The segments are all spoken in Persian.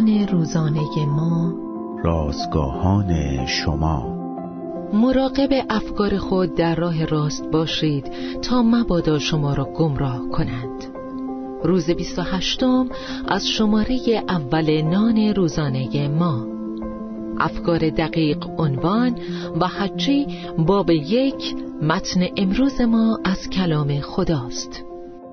نان روزانه ما، رازگاهان شما. مراقب افکار خود در راه راست باشید تا مبادا شما را گمراه کنند. روز 28 از شماره اول نان روزانه ما. افکار دقیق، عنوان و حجی باب 1. متن امروز ما از کلام خداست.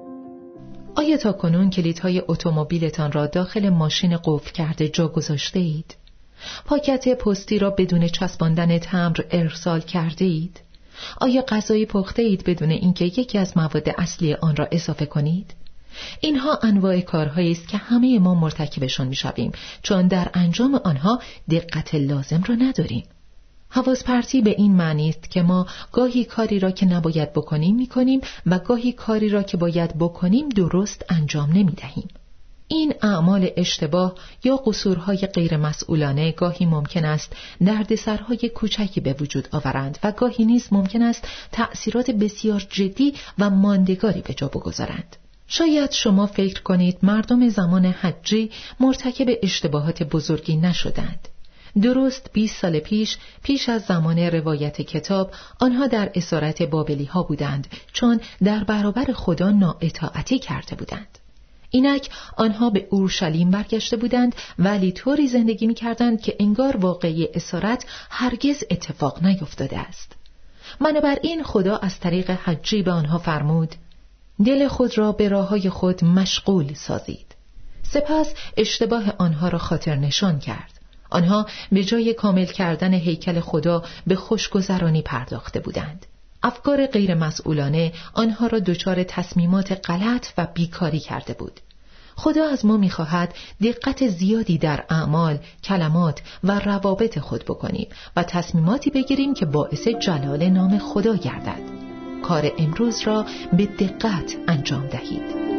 آیا تا کنون کلیدهای اتومبیلتان را داخل ماشین قفل کرده جا گذاشته اید؟ پاکت پستی را بدون چسباندن تمبر ارسال کرده اید؟ آیا غذایی پخته اید بدون اینکه یکی از مواد اصلی آن را اضافه کنید؟ اینها انواع کارهایی است که همه ما مرتکبشان می‌شویم، چون در انجام آنها دقت لازم را نداریم. حواس پرتی به این معنی است که ما گاهی کاری را که نباید بکنیم می‌کنیم و گاهی کاری را که باید بکنیم درست انجام نمی‌دهیم. این اعمال اشتباه یا قصورهای غیر مسئولانه گاهی ممکن است دردسرهای کوچکی به وجود آورند و گاهی نیز ممکن است تأثیرات بسیار جدی و ماندگاری به جا بگذارند. شاید شما فکر کنید مردم زمان حجی مرتکب اشتباهات بزرگی نشدند. درست 20 سال پیش از زمان روایت کتاب آنها در اسارت بابلی ها بودند، چون در برابر خدا نااطاعتی کرده بودند. اینک آنها به اورشلیم برگشته بودند، ولی طوری زندگی می کردند که انگار واقعی اسارت هرگز اتفاق نیفتاده است. بنابراین خدا از طریق حجی به آنها فرمود: دل خود را به راههای خود مشغول سازید. سپس اشتباه آنها را خاطر نشان کرد. آنها به جای کامل کردن هیکل خدا به خوشگذرانی پرداخته بودند. افکار غیر مسئولانه آنها را دچار تصمیمات غلط و بیکاری کرده بود. خدا از ما می‌خواهد دقت زیادی در اعمال، کلمات و روابط خود بکنیم و تصمیماتی بگیریم که باعث جلال نام خدا گردد. کار امروز را به دقت انجام دهید.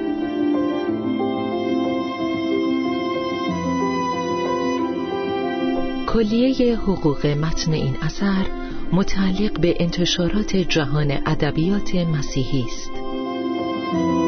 کلیه حقوق متن این اثر متعلق به انتشارات جهان ادبیات مسیحی است.